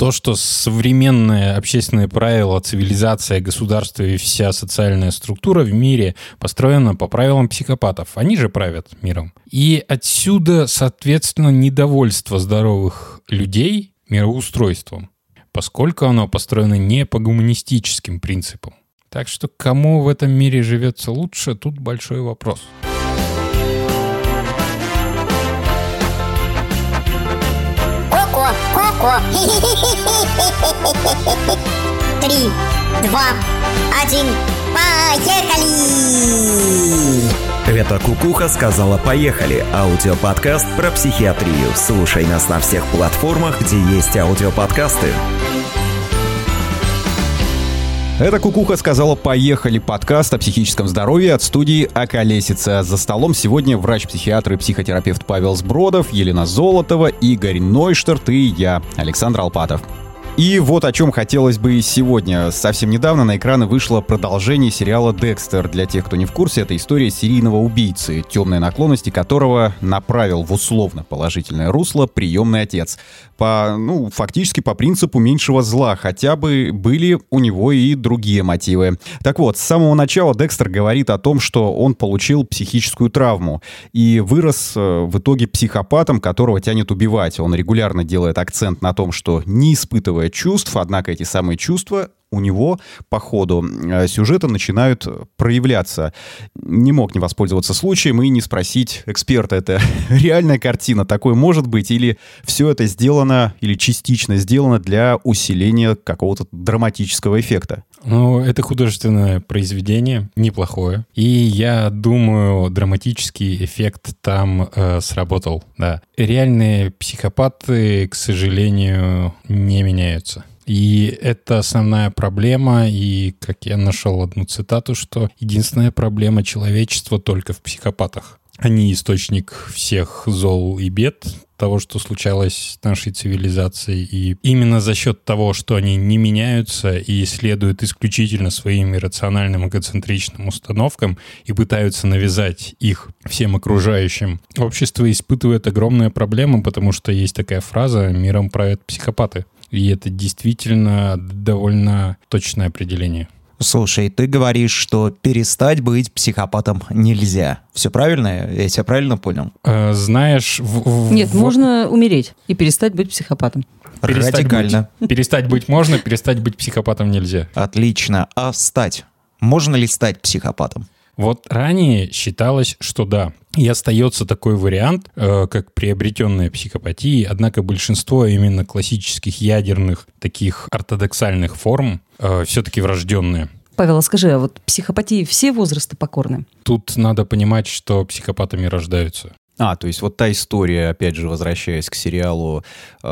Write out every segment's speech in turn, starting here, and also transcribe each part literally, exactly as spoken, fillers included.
То, что современное общественное правило, цивилизация, государство и вся социальная структура в мире построена по правилам психопатов. Они же правят миром. И отсюда, соответственно, недовольство здоровых людей мироустройством, поскольку оно построено не по гуманистическим принципам. Так что кому в этом мире живется лучше, тут большой вопрос. Ко-ко. Три, два, один, поехали! Это Кукуха сказала «Поехали» – аудиоподкаст про психиатрию. Слушай нас на всех платформах, где есть аудиоподкасты. Это Кукуха сказала «Поехали» подкаст о психическом здоровье от студии «Околесица». За столом сегодня врач-психиатр и психотерапевт Павел Сбродов, Елена Золотова, Игорь Нойштарт и я, Александр Алпатов. И вот о чем хотелось бы сегодня. Совсем недавно на экраны вышло продолжение сериала «Декстер». Для тех, кто не в курсе, это история серийного убийцы, темные наклонности которого направил в условно положительное русло приемный отец. По, ну, фактически по принципу меньшего зла, хотя бы были у него и другие мотивы. Так вот, с самого начала Декстер говорит о том, что он получил психическую травму и вырос в итоге психопатом, которого тянет убивать. Он регулярно делает акцент на том, что не испытывает чувств, однако эти самые чувства у него по ходу сюжета начинают проявляться. Не мог не воспользоваться случаем и не спросить эксперта, это реальная картина, такое может быть, или все это сделано, или частично сделано для усиления какого-то драматического эффекта? Ну, это художественное произведение, неплохое. И я думаю, драматический эффект там э, сработал, да. Реальные психопаты, к сожалению, не меняются. И это основная проблема, и, как я нашел одну цитату, что единственная проблема человечества только в психопатах. Они источник всех зол и бед, того, что случалось с нашей цивилизацией. И именно за счет того, что они не меняются и следуют исключительно своим иррациональным эгоцентричным установкам и пытаются навязать их всем окружающим, общество испытывает огромные проблемы, потому что есть такая фраза «миром правят психопаты». И это действительно довольно точное определение. Слушай, ты говоришь, что перестать быть психопатом нельзя. Все правильно? Я тебя правильно понял? Э, знаешь... В, в, Нет, в... можно умереть и перестать быть психопатом. Перестать Радикально. Быть, перестать быть можно, перестать быть психопатом нельзя. Отлично. А стать? Можно ли стать психопатом? Вот ранее считалось, что да. И остается такой вариант, э, как приобретенная психопатия, однако большинство именно классических ядерных таких ортодоксальных форм э, все-таки врожденные. Павел, а скажи, а вот психопатии все возрасты покорны? Тут надо понимать, что психопатами рождаются. А, то есть вот та история, опять же, возвращаясь к сериалу,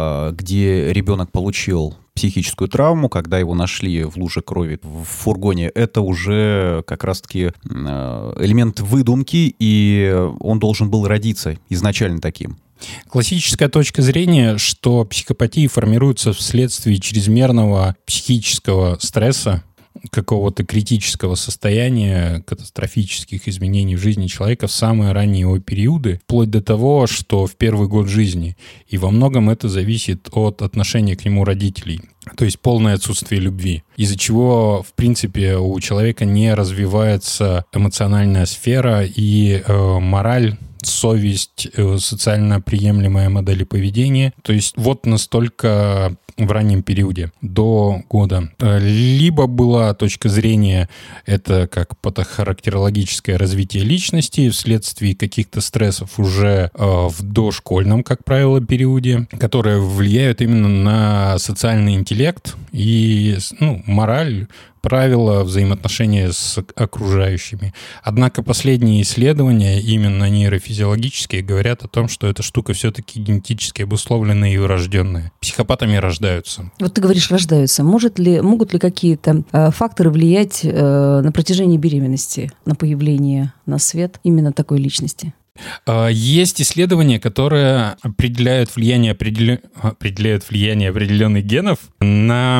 где ребенок получил психическую травму, когда его нашли в луже крови в фургоне, это уже как раз-таки элемент выдумки, и он должен был родиться изначально таким. Классическая точка зрения, что психопатии формируются вследствие чрезмерного психического стресса, какого-то критического состояния, катастрофических изменений в жизни человека в самые ранние его периоды, вплоть до того, что в первый год жизни. И во многом это зависит от отношения к нему родителей. То есть полное отсутствие любви. Из-за чего, в принципе, у человека не развивается эмоциональная сфера и э, мораль, совесть, э, социально приемлемая модель поведения. То есть вот настолько в раннем периоде, до года. Либо была точка зрения, это как патохарактерологическое развитие личности вследствие каких-то стрессов уже э, в дошкольном, как правило, периоде, которые влияют именно на социальный интеллект и ну, мораль, правила взаимоотношения с окружающими. Однако последние исследования, именно нейрофизиологические, говорят о том, что эта штука все-таки генетически обусловленная и врожденная. Психопатами рождаются. Вот ты говоришь, рождаются. Может ли, могут ли какие-то э, факторы влиять э, на протяжении беременности, на появление на свет именно такой личности? Есть исследования, которые определяют влияние, определя... определяют влияние определенных генов на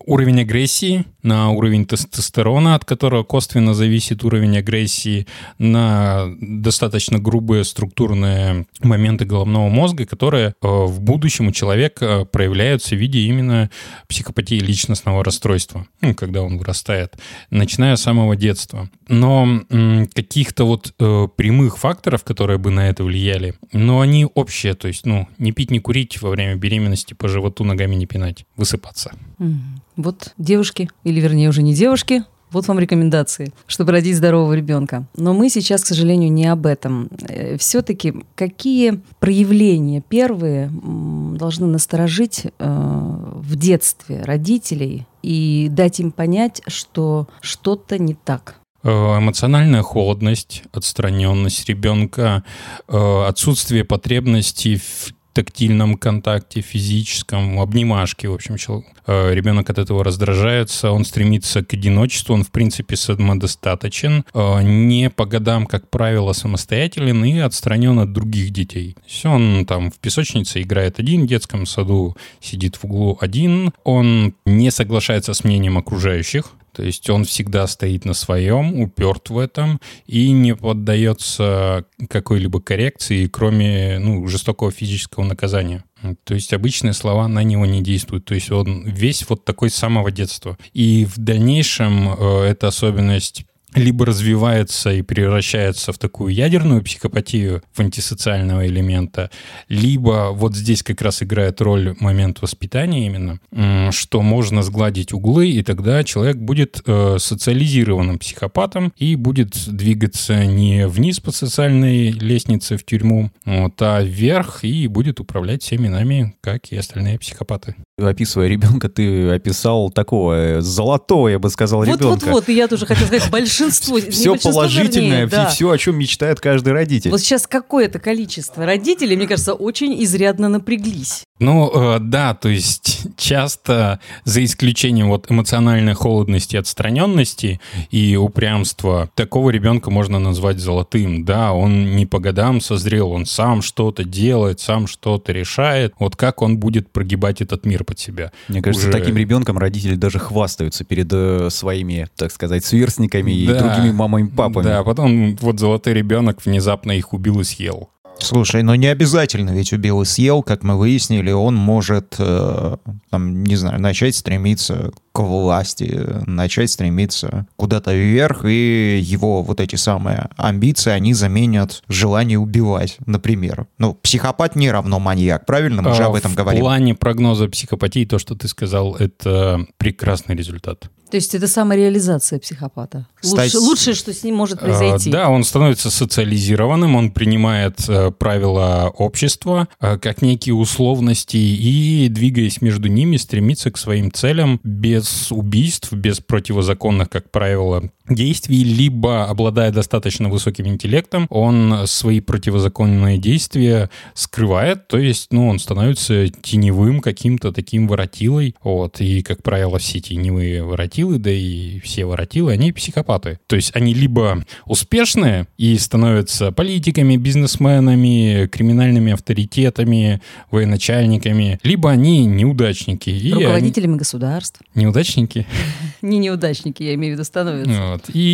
уровень агрессии, на уровень тестостерона, от которого косвенно зависит уровень агрессии, на достаточно грубые структурные моменты головного мозга, которые в будущем у человека проявляются в виде именно психопатии личностного расстройства, ну, когда он вырастает, начиная с самого детства. Но м, каких-то вот э, прямых факторов, которые бы на это влияли, но они общие, то есть, ну, не пить, не курить во время беременности, по животу ногами не пинать, высыпаться. Вот девушки, или вернее уже не девушки, вот вам рекомендации, чтобы родить здорового ребенка. Но мы сейчас, к сожалению, не об этом. Все-таки какие проявления первые должны насторожить в детстве родителей и дать им понять, что что-то не так? Эмоциональная холодность, отстраненность ребенка, отсутствие потребностей в тактильном контакте, физическом, обнимашке, в общем, ребенок от этого раздражается, он стремится к одиночеству, он, в принципе, самодостаточен, не по годам, как правило, самостоятелен и отстранен от других детей. Все, он там в песочнице играет один, в детском саду сидит в углу один, он не соглашается с мнением окружающих, то есть он всегда стоит на своем, уперт в этом и не поддается какой-либо коррекции, кроме ну, жестокого физического наказания. То есть обычные слова на него не действуют. То есть он весь вот такой с самого детства. И в дальнейшем э, эта особенность либо развивается и превращается в такую ядерную психопатию, в антисоциального элемента, либо вот здесь как раз играет роль момент воспитания именно, что можно сгладить углы, и тогда человек будет э, социализированным психопатом и будет двигаться не вниз по социальной лестнице в тюрьму, вот, а вверх и будет управлять всеми нами, как и остальные психопаты. Описывая ребенка, ты описал такого золотого, я бы сказал, ребенка. Вот-вот-вот, и я тоже хотела сказать, большинство. Все положительное, вернее, да. все, о чем мечтает каждый родитель. Вот сейчас какое-то количество родителей, мне кажется, очень изрядно напряглись. Ну, э, да, то есть часто, за исключением вот эмоциональной холодности, отстраненности и упрямства, такого ребенка можно назвать золотым. Да, он не по годам созрел, он сам что-то делает, сам что-то решает. Вот как он будет прогибать этот мир под себя. Мне кажется, Уже... таким ребенком родители даже хвастаются перед э, своими, так сказать, сверстниками да, и другими мамами и папами. Да, потом вот золотой ребенок внезапно их убил и съел. Слушай, ну не обязательно ведь убил и съел, как мы выяснили, он может, э, там, не знаю, начать стремиться к власти, начать стремиться куда-то вверх, и его вот эти самые амбиции, они заменят желание убивать, например. Ну, психопат не равно маньяк, правильно? Мы а, же об этом в говорим. В плане прогноза психопатии то, что ты сказал, это прекрасный результат. То есть это самореализация психопата. Стать... Лучше, лучшее, что с ним может произойти. Да, он становится социализированным, он принимает правила общества как некие условности и, двигаясь между ними, стремится к своим целям без убийств, без противозаконных, как правило, действий, либо, обладая достаточно высоким интеллектом, он свои противозаконные действия скрывает, то есть, ну, он становится теневым каким-то таким воротилой, вот, и, как правило, все теневые воротилы, да и все воротилы, они психопаты. То есть они либо успешные и становятся политиками, бизнесменами, криминальными авторитетами, военачальниками, либо они неудачники. И руководителями они... государств. Неудачники? Не неудачники, я имею в виду, становятся. Вот. И,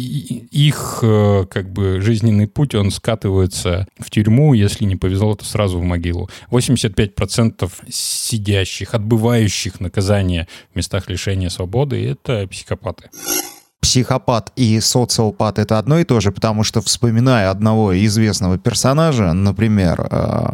и их как бы жизненный путь, он скатывается в тюрьму, если не повезло, то сразу в могилу. восемьдесят пять процентов сидящих, отбывающих наказание в местах лишения свободы — это психопаты. Психопат и социопат — это одно и то же, потому что, вспоминая одного известного персонажа, например,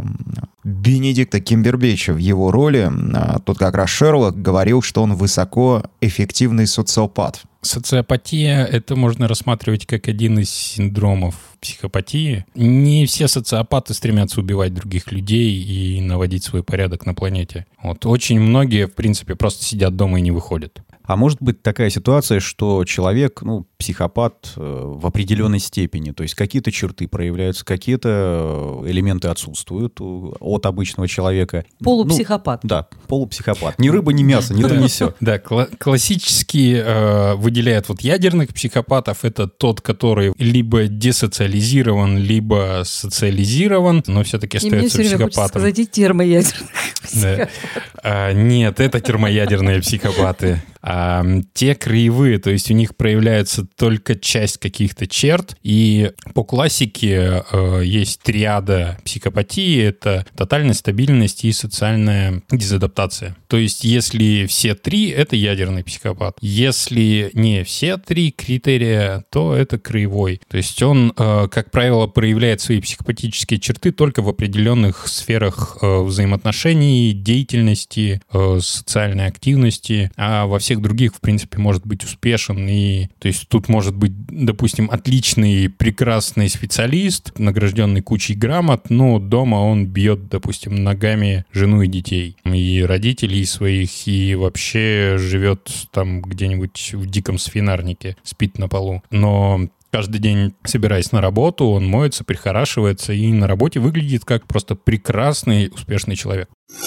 Бенедикта Камбербэтча в его роли, тот как раз Шерлок, говорил, что он высокоэффективный социопат. Социопатия — это можно рассматривать как один из синдромов психопатии. Не все социопаты стремятся убивать других людей и наводить свой порядок на планете. Вот. Очень многие, в принципе, просто сидят дома и не выходят. А может быть такая ситуация, что человек, ну, психопат в определенной степени. То есть какие-то черты проявляются, какие-то элементы отсутствуют от обычного человека. Полупсихопат. Ну, да, полупсихопат. Ни рыба, ни мясо, ни то, ни сё. Да, классически э, выделяют вот ядерных психопатов. Это тот, который либо десоциализирован, либо социализирован, но все-таки остается психопатом. И мне все время хочется сказать, и термоядерных психопатов. А, нет, это термоядерные психопаты. А, те краевые, то есть у них проявляется только часть каких-то черт, и по классике э, есть триада психопатии, это тотальная стабильность и социальная дезадаптация. То есть если все три, это ядерный психопат. Если не все три критерия, то это краевой. То есть он, э, как правило, проявляет свои психопатические черты только в определенных сферах э, взаимоотношений, деятельности, э, социальной активности, а во всех других, в принципе, может быть успешен. И, то есть тут может быть, допустим, отличный, прекрасный специалист, награжденный кучей грамот, но дома он бьет, допустим, ногами жену и детей, и родителей своих, и вообще живет там где-нибудь в диком свинарнике, спит на полу. Но каждый день, собираясь на работу, он моется, прихорашивается и на работе выглядит как просто прекрасный, успешный человек.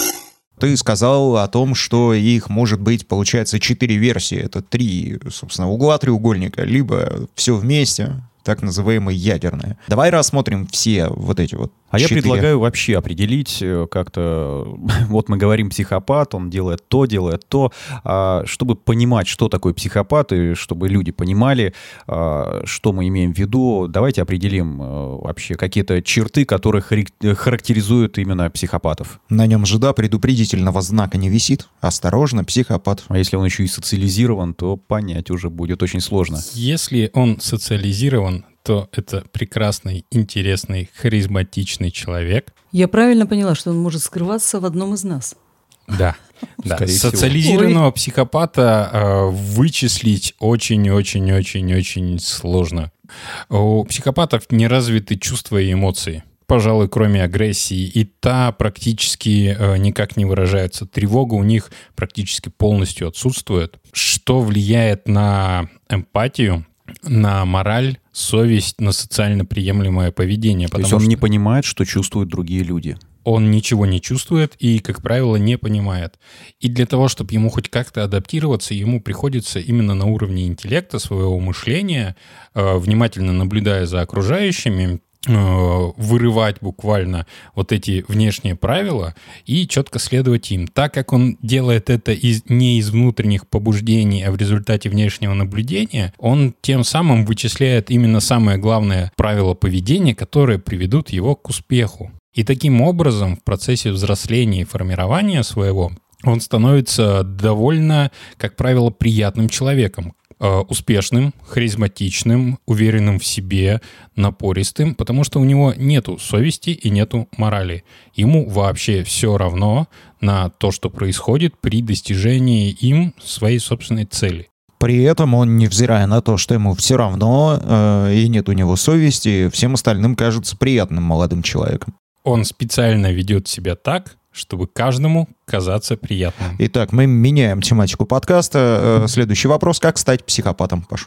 Ты сказал о том, что их может быть, получается, четыре версии. Это три, собственно, угла треугольника, либо все вместе, так называемые ядерные. Давай рассмотрим все вот эти вот А четыре. я предлагаю вообще определить как-то... Вот мы говорим психопат, он делает то, делает то. Чтобы понимать, что такое психопат, и чтобы люди понимали, что мы имеем в виду, давайте определим вообще какие-то черты, которые характеризуют именно психопатов. На нем же, да, предупредительного знака не висит. Осторожно, психопат. А если он еще и социализирован, то понять уже будет очень сложно. Если он социализирован, то это прекрасный, интересный, харизматичный человек. Я правильно поняла, что он может скрываться в одном из нас? Да. Да. Скорее всего. Социализированного Ой. психопата э, вычислить очень-очень-очень-очень сложно. У психопатов не развиты чувства и эмоции. Пожалуй, кроме агрессии. И та практически э, никак не выражается. Тревога у них практически полностью отсутствует. Что влияет на эмпатию, на мораль, совесть, на социально приемлемое поведение. То есть он не понимает, что чувствуют другие люди. Он ничего не чувствует и, как правило, не понимает. И для того, чтобы ему хоть как-то адаптироваться, ему приходится именно на уровне интеллекта, своего мышления, э, внимательно наблюдая за окружающими, вырывать буквально вот эти внешние правила и четко следовать им. Так как он делает это из, не из внутренних побуждений, а в результате внешнего наблюдения, он тем самым вычисляет именно самое главное правило поведения, которые приведут его к успеху. И таким образом в процессе взросления и формирования своего он становится довольно, как правило, приятным человеком, успешным, харизматичным, уверенным в себе, напористым, потому что у него нету совести и нету морали. Ему вообще все равно на то, что происходит при достижении им своей собственной цели. При этом он, невзирая на то, что ему все равно э, и нет у него совести, всем остальным кажется приятным молодым человеком. Он специально ведет себя так, чтобы каждому казаться приятным. Итак, мы меняем тематику подкаста. Следующий вопрос. Как стать психопатом, Паш?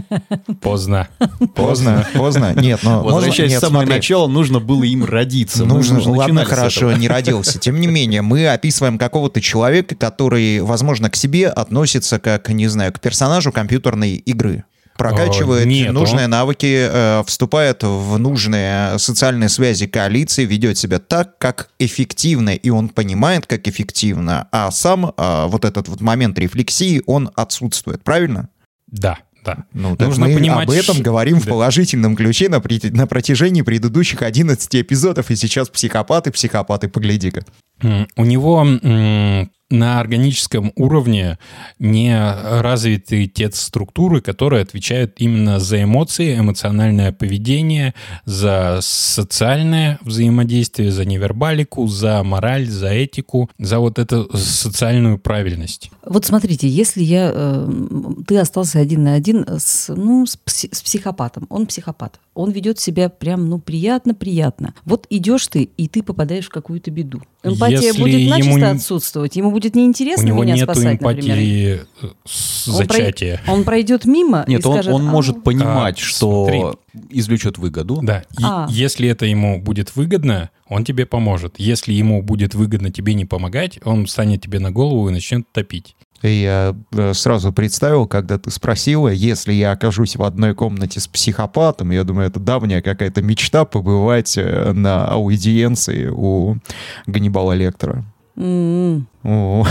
Поздно. Поздно, поздно. Нет, но... Возвращаясь с самого начала, нужно было им родиться. Нужно, ладно, хорошо, не родился. Тем не менее, мы описываем какого-то человека, который, возможно, к себе относится как, не знаю, к персонажу компьютерной игры. Прокачивает Нет, нужные он... навыки, э, вступает в нужные социальные связи коалиции, ведет себя так, как эффективно, и он понимает, как эффективно, а сам э, вот этот вот момент рефлексии, он отсутствует, правильно? Да. Да. Ну, Нужно мы понимать, об этом ш... говорим да. в положительном ключе на, при... на протяжении предыдущих одиннадцати эпизодов, и сейчас психопаты, психопаты, погляди-ка. У него м- на органическом уровне не развиты те структуры, которые отвечают именно за эмоции, эмоциональное поведение, за социальное взаимодействие, за невербалику, за мораль, за этику, за вот эту социальную правильность. Вот смотрите, если я, э, ты остался один на один с, ну, с, пси- с психопатом, он психопат, он ведет себя прям, ну, приятно-приятно. Вот идешь ты, и ты попадаешь в какую-то беду. Эмпатия Если будет начисто не... отсутствовать, ему будет неинтересно меня спасать, например. У него нету эмпатии с с зачатия. Он, про... он пройдет мимо Нет, и он, скажет... он а... может понимать, а, что смотри. извлечет выгоду. Да, и А. если это ему будет выгодно, он тебе поможет. Если ему будет выгодно тебе не помогать, он встанет тебе на голову и начнет топить. Я сразу представил, когда ты спросила, если я окажусь в одной комнате с психопатом, я думаю, это давняя какая-то мечта побывать на аудиенции у Ганнибала Лектора. Mm-hmm. О.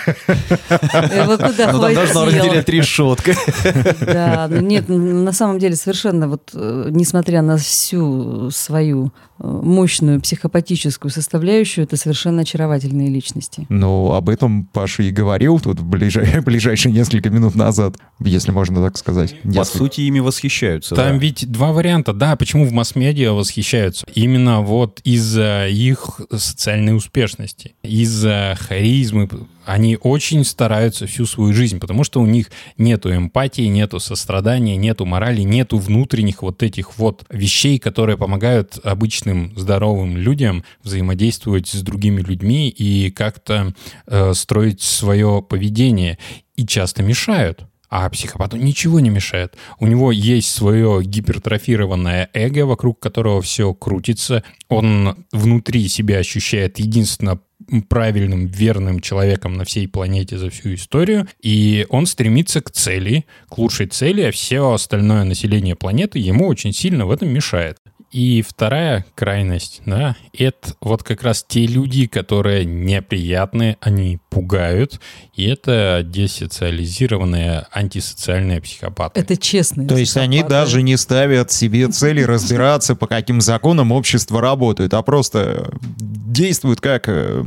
Его куда Ну, там должно разделять решетка. Да, нет, на самом деле совершенно вот, несмотря на всю свою мощную психопатическую составляющую, это совершенно очаровательные личности. Ну, об этом Паша и говорил тут в ближай... ближайшие несколько минут назад, если можно так сказать. По Если... сути, ими восхищаются. Там да. ведь два варианта, да, почему в масс-медиа восхищаются. Именно вот из-за их социальной успешности, из-за харизмы. Они очень стараются всю свою жизнь, потому что у них нету эмпатии, нету сострадания, нету морали, нету внутренних вот этих вот вещей, которые помогают обычным здоровым людям взаимодействовать с другими людьми и как-то э, строить свое поведение. И часто мешают. А психопату ничего не мешает. У него есть свое гипертрофированное эго, вокруг которого все крутится. Он внутри себя ощущает единственно правильным, верным человеком на всей планете за всю историю. И он стремится к цели, к лучшей цели, а все остальное население планеты ему очень сильно в этом мешает. И вторая крайность, да, это вот как раз те люди, которые неприятны, они пугают, и это десоциализированные антисоциальные психопаты. Это честные То есть они психопаты. даже не ставят себе цели разбираться, по каким законам общество работает, а просто действуют как э,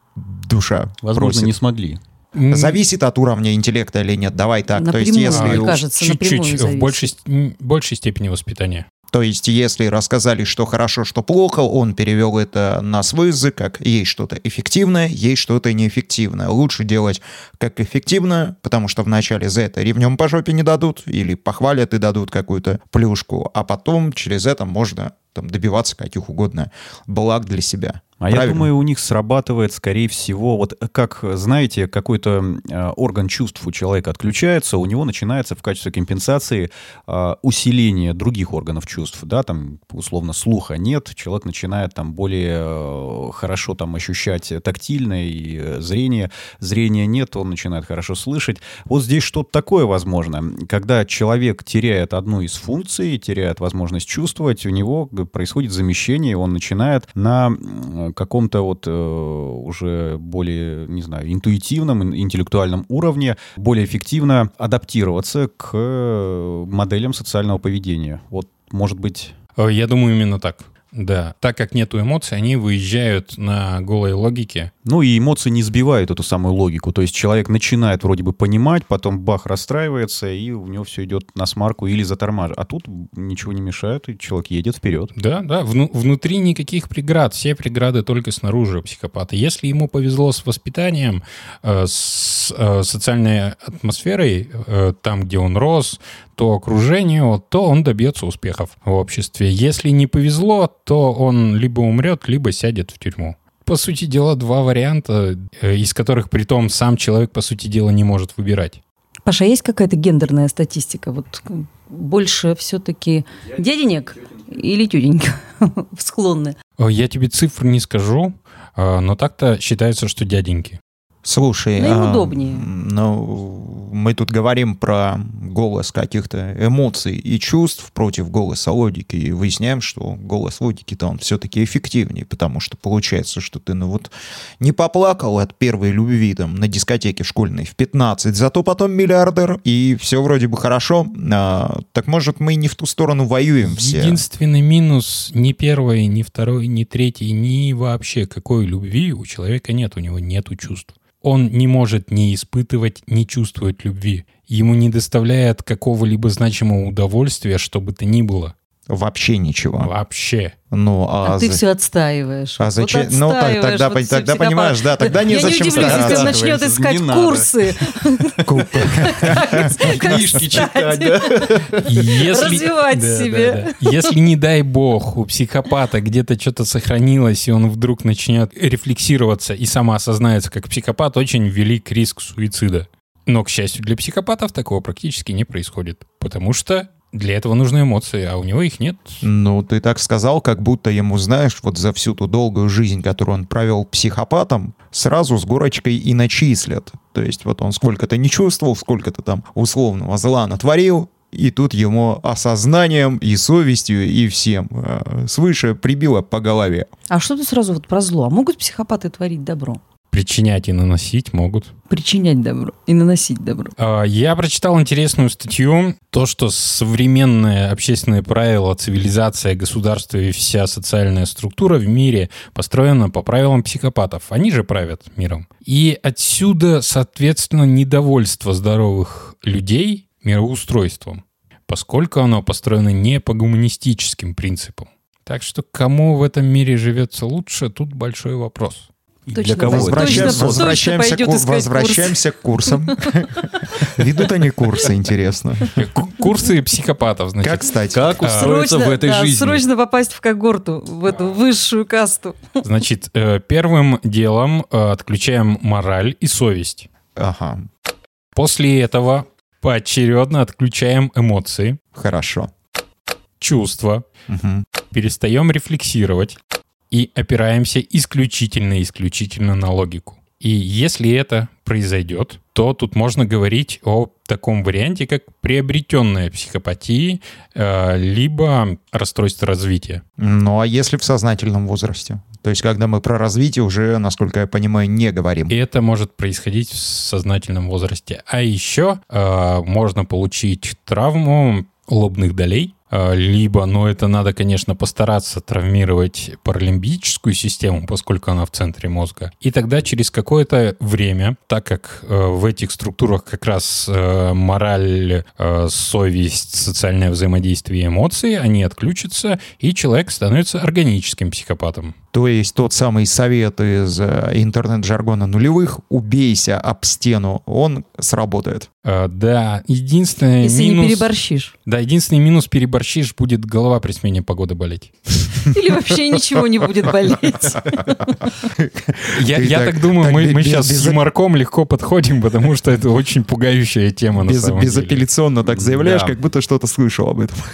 душа Возможно, просит. не смогли. Зависит от уровня интеллекта или нет. Давай так. То есть, Напрямую, если, мне кажется, напрямую Чуть-чуть, в зависит. большей, ст- большей степени воспитания. то есть, если рассказали, что хорошо, что плохо, он перевел это на свой язык, как есть что-то эффективное, есть что-то неэффективное. Лучше делать как эффективно, потому что вначале за это ремнем по жопе не дадут, или похвалят и дадут какую-то плюшку, а потом через это можно там, добиваться каких угодно благ для себя. А Правильно? я думаю, у них срабатывает, скорее всего, вот как, знаете, какой-то э, орган чувств у человека отключается, у него начинается в качестве компенсации э, усиление других органов чувств, да, там, условно, слуха нет, человек начинает там более э, хорошо там ощущать тактильное и э, зрение, зрения нет, он начинает хорошо слышать. Вот здесь что-то такое возможно, когда человек теряет одну из функций, теряет возможность чувствовать, у него происходит замещение, он начинает на каком-то вот э, уже более, не знаю, интуитивном, интеллектуальном уровне более эффективно адаптироваться к моделям социального поведения. Вот, может быть... Я думаю, именно так. Да. Так как нету эмоций, они выезжают на голой логике. Ну и эмоции не сбивают эту самую логику. То есть человек начинает вроде бы понимать, потом бах, расстраивается, и у него все идет на смарку или затормаживает. А тут ничего не мешает, и человек едет вперед. Да, да. Вну- внутри никаких преград. Все преграды только снаружи у психопата. Если ему повезло с воспитанием, э, с э, социальной атмосферой, э, там, где он рос, то окружению, то он добьется успехов в обществе. Если не повезло, то он либо умрет, либо сядет в тюрьму. По сути дела, два варианта, из которых, притом, сам человек, по сути дела, не может выбирать. Паша, есть какая-то гендерная статистика? Вот больше все-таки дяденек или тетенька склонны? Я тебе цифр не скажу, но так-то считается, что дяденьки. Слушай, Ну, им а, удобнее. ну, мы тут говорим про голос каких-то эмоций и чувств против голоса логики, и выясняем, что голос логики-то он все-таки эффективнее, потому что получается, что ты, ну вот, не поплакал от первой любви там на дискотеке школьной в пятнадцать, зато потом миллиардер, и все вроде бы хорошо, а, так может мы не в ту сторону воюем все? Единственный минус ни первой, ни второй, ни третьей, ни вообще какой любви у человека нет, у него нету чувств. Он не может ни испытывать, ни чувствовать любви. Ему не доставляет какого-либо значимого удовольствия, что бы то ни было. Вообще ничего. Вообще. Ну, А, а, ты за- все отстаиваешь. А Вот зачем? Ну, так, отстаиваешь, тогда, вот все тогда психопаты. понимаешь, да, тогда Я незачем не удивлюсь, если он стараться. начнет Не искать надо. курсы. Книжки читать, да? Если, Развивать Да, себе. да, да. Если, не дай бог, у психопата где-то что-то сохранилось, и он вдруг начнет рефлексироваться и самоосознается как психопат, очень велик риск суицида. Но, к счастью, для психопатов такого практически не происходит, потому что для этого нужны эмоции, а у него их нет. Ну, ты так сказал, как будто ему, знаешь, вот за всю ту долгую жизнь, которую он провел психопатом, сразу с горочкой и начислят. То есть вот он сколько-то не чувствовал, сколько-то там условного зла натворил, и тут ему осознанием и совестью и всем э, свыше прибило по голове. А что ты сразу вот про зло? А могут психопаты творить добро? Причинять и наносить могут. Причинять добро и наносить добро. Я прочитал интересную статью, то, что современное общественное правило, цивилизация, государство и вся социальная структура в мире построена по правилам психопатов. Они же правят миром. И отсюда, соответственно, недовольство здоровых людей мироустройством, поскольку оно построено не по гуманистическим принципам. Так что кому в этом мире живется лучше, тут большой вопрос. Точно, для кого Возвращаемся, точно, возвращаемся, точно к, пойдет искать возвращаемся к курсам. Ведут они курсы, интересно. Курсы психопатов, значит. Как стать? Как устроиться Срочно, в этой да, жизни? срочно попасть в когорту, в эту высшую касту. Значит, э, первым делом э, отключаем мораль и совесть. Ага, После этого поочередно отключаем эмоции, хорошо. чувства, Мгм. перестаем рефлексировать и опираемся исключительно-исключительно на логику. И если это произойдет, то тут можно говорить о таком варианте, как приобретенная психопатия, э, либо расстройство развития. Ну, а если в сознательном возрасте? То есть, когда мы про развитие уже, насколько я понимаю, не говорим. И это может происходить в сознательном возрасте. А еще э, можно получить травму лобных долей, э, либо, но это надо, конечно, постараться травмировать паралимбическую систему, поскольку она в центре мозга. И тогда через какое-то время, так как э, в этих структурах как раз э, мораль, э, совесть, социальное взаимодействие и эмоции, они отключатся, и человек становится органическим психопатом. То есть тот самый совет из э, интернет-жаргона нулевых «убейся об стену», он сработает. Э, да, единственный Если минус... не переборщишь. Да, единственный минус — переборщишь, будет голова при смене погоды болеть. Или вообще ничего не будет болеть. Я, Ты я так- так думаю, так мы, без- мы сейчас без- с юморком легко подходим, потому что это очень пугающая тема на Без- самом деле. безапелляционно так заявляешь, Да. как будто что-то слышал об этом.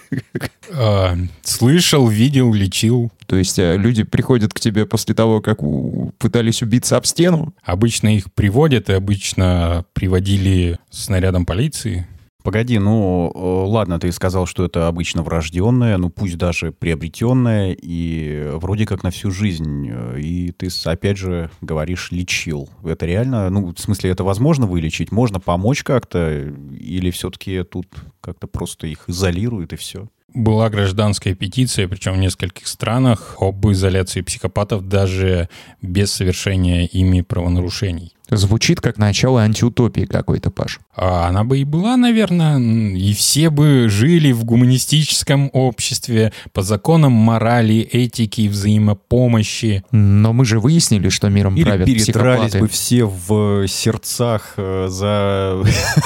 А, слышал, видел, лечил. То есть э, люди приходят к тебе после того, как у- пытались убиться об стену. Обычно их приводят, и обычно приводили с нарядом полиции. Погоди, ну э, ладно, ты сказал, что это обычно врожденное, ну пусть даже приобретенное, и вроде как на всю жизнь. э, И ты, с- опять же, говоришь, лечил. Это реально, ну, в смысле, это возможно вылечить? Можно помочь как-то? Или все-таки тут как-то просто их изолируют и все? Была гражданская петиция, причем в нескольких странах, об изоляции психопатов даже без совершения ими правонарушений. Звучит как начало антиутопии какой-то, Паш. А она бы и была, наверное, и все бы жили в гуманистическом обществе по законам морали, этики, взаимопомощи. Но мы же выяснили, что миром Или правят перетрались психопаты. бы все в сердцах э, за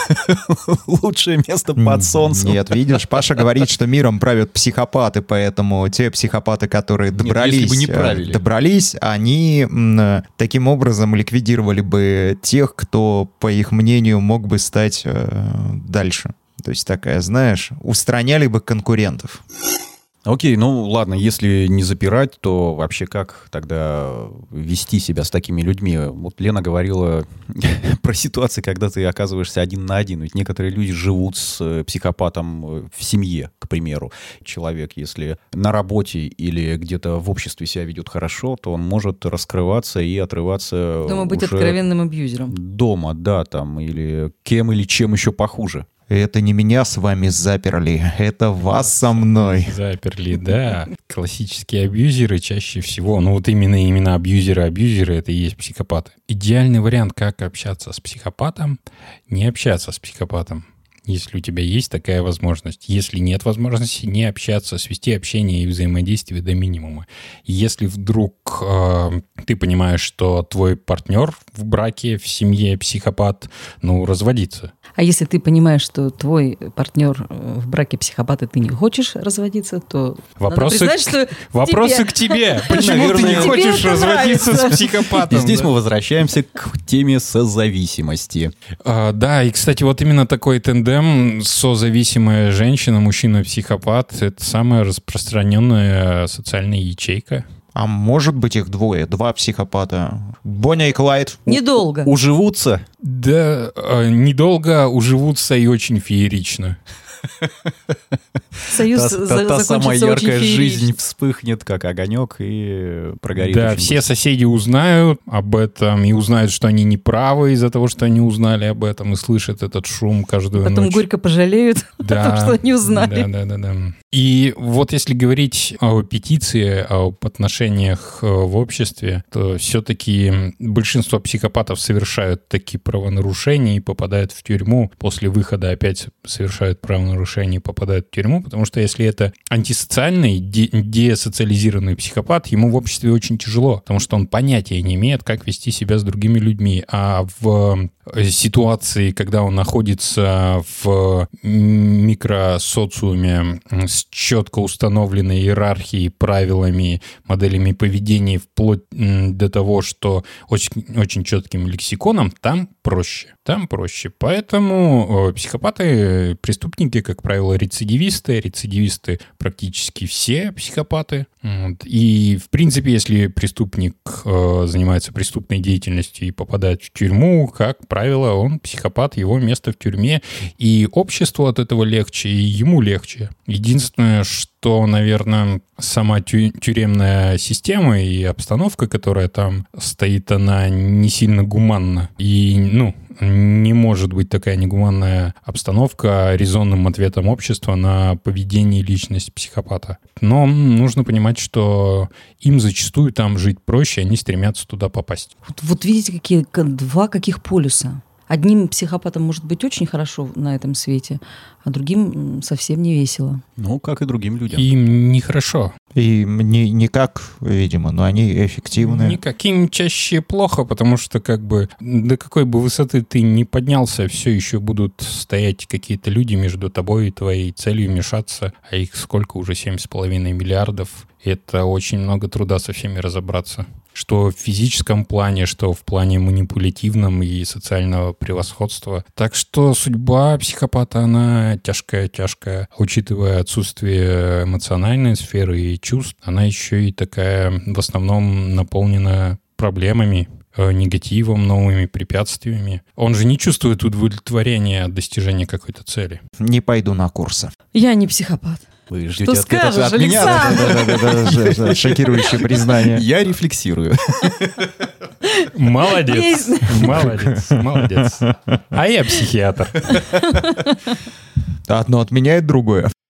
лучшее место под солнцем. Нет, видишь, Паша говорит, что миром правят психопаты, поэтому те психопаты, которые Нет, добрались, если бы не э, правили. добрались, они м, таким образом ликвидировали бы тех, кто, по их мнению, мог бы стать э, дальше. То есть такая, знаешь, устраняли бы конкурентов. Окей, ну ладно, если не запирать, то вообще как тогда вести себя с такими людьми? Вот Лена говорила про ситуации, когда ты оказываешься один на один. Ведь некоторые люди живут с э, психопатом э, в семье, к примеру. Человек, если на работе или где-то в обществе себя ведет хорошо, то он может раскрываться и отрываться Дома быть уже откровенным абьюзером. дома, да, там, или кем или чем еще похуже. Это не меня с вами заперли, это вас со мной. Заперли, да. Классические абьюзеры чаще всего, ну вот именно именно абьюзеры-абьюзеры, это и есть психопаты. Идеальный вариант, как общаться с психопатом, не общаться с психопатом, если у тебя есть такая возможность. Если нет возможности, не общаться, свести общение и взаимодействие до минимума. Если вдруг вдруг э, ты понимаешь, что твой партнер в браке, в семье психопат, ну, разводиться. А если ты понимаешь, что твой партнер в браке психопат, и ты не хочешь разводиться, то вопросы, надо признать, что вопросы тебе... к тебе. Почему ты не Наверное, хочешь разводиться нравится. с психопатом? И здесь да? мы возвращаемся к теме созависимости. А, да, и, кстати, вот именно такой тандем, созависимая женщина, мужчина-психопат, это самая распространенная социальная ячейка. А может быть их двое, два психопата. Бонни и Клайд. Недолго. Уживутся? Да, э, недолго уживутся и очень феерично. Союз Та, за- та- та самая закончится очень яркая феерично. жизнь вспыхнет, как огонек, и прогорит. Да, очень все быстро. соседи узнают об этом и узнают, что они неправы из-за того, что они узнали об этом и слышат этот шум каждую Потом ночь. горько пожалеют Да, о том, что они узнали. Да, да, да, да. И вот если говорить о петиции, об отношениях э, в обществе, то все-таки большинство психопатов совершают такие правонарушения и попадают в тюрьму. После выхода опять совершают правонарушения и попадают в тюрьму, потому что если это антисоциальный, де- десоциализированный психопат, ему в обществе очень тяжело, потому что он понятия не имеет, как вести себя с другими людьми. А в ситуации, когда он находится в микросоциуме с четко установленной иерархией, правилами, моделями поведения, вплоть до того, что очень, очень четким лексиконом, там проще. Там проще. Поэтому э, психопаты, преступники, как правило, рецидивисты. Рецидивисты практически все психопаты. Вот. И, в принципе, если преступник э, занимается преступной деятельностью и попадает в тюрьму, как правило, он психопат, его место в тюрьме. И обществу от этого легче, и ему легче. Единственное, что, наверное, сама тю- тюремная система и обстановка, которая там стоит, она не сильно гуманна. И, ну, не может быть такая негуманная обстановка резонным ответом общества на поведение и личность психопата. Но нужно понимать, что им зачастую там жить проще, они стремятся туда попасть. Вот, вот видите, какие к- два каких полюса. Одним психопатом может быть очень хорошо на этом свете, а другим м, совсем не весело. Ну, как и другим людям. Им нехорошо. И не, никак, видимо, но они эффективны. Никаким чаще плохо, потому что как бы до какой бы высоты ты не поднялся, все еще будут стоять какие-то люди между тобой и твоей целью мешаться, а их сколько уже, семь с половиной миллиардов. Это очень много труда со всеми разобраться. Что в физическом плане, что в плане манипулятивном и социального превосходства. Так что судьба психопата, она тяжкая-тяжкая. Учитывая отсутствие эмоциональной сферы и чувств, она еще и такая в основном наполнена проблемами, э, негативом, новыми препятствиями. Он же не чувствует удовлетворения от достижения какой-то цели. Не пойду на курсы. Я не психопат. Вы Что ждете ответа скажешь, от меня? Александр? Да-да-да, шокирующее признание. Я рефлексирую. Молодец, Есть. молодец, молодец. А я психиатр. Одно отменяет другое.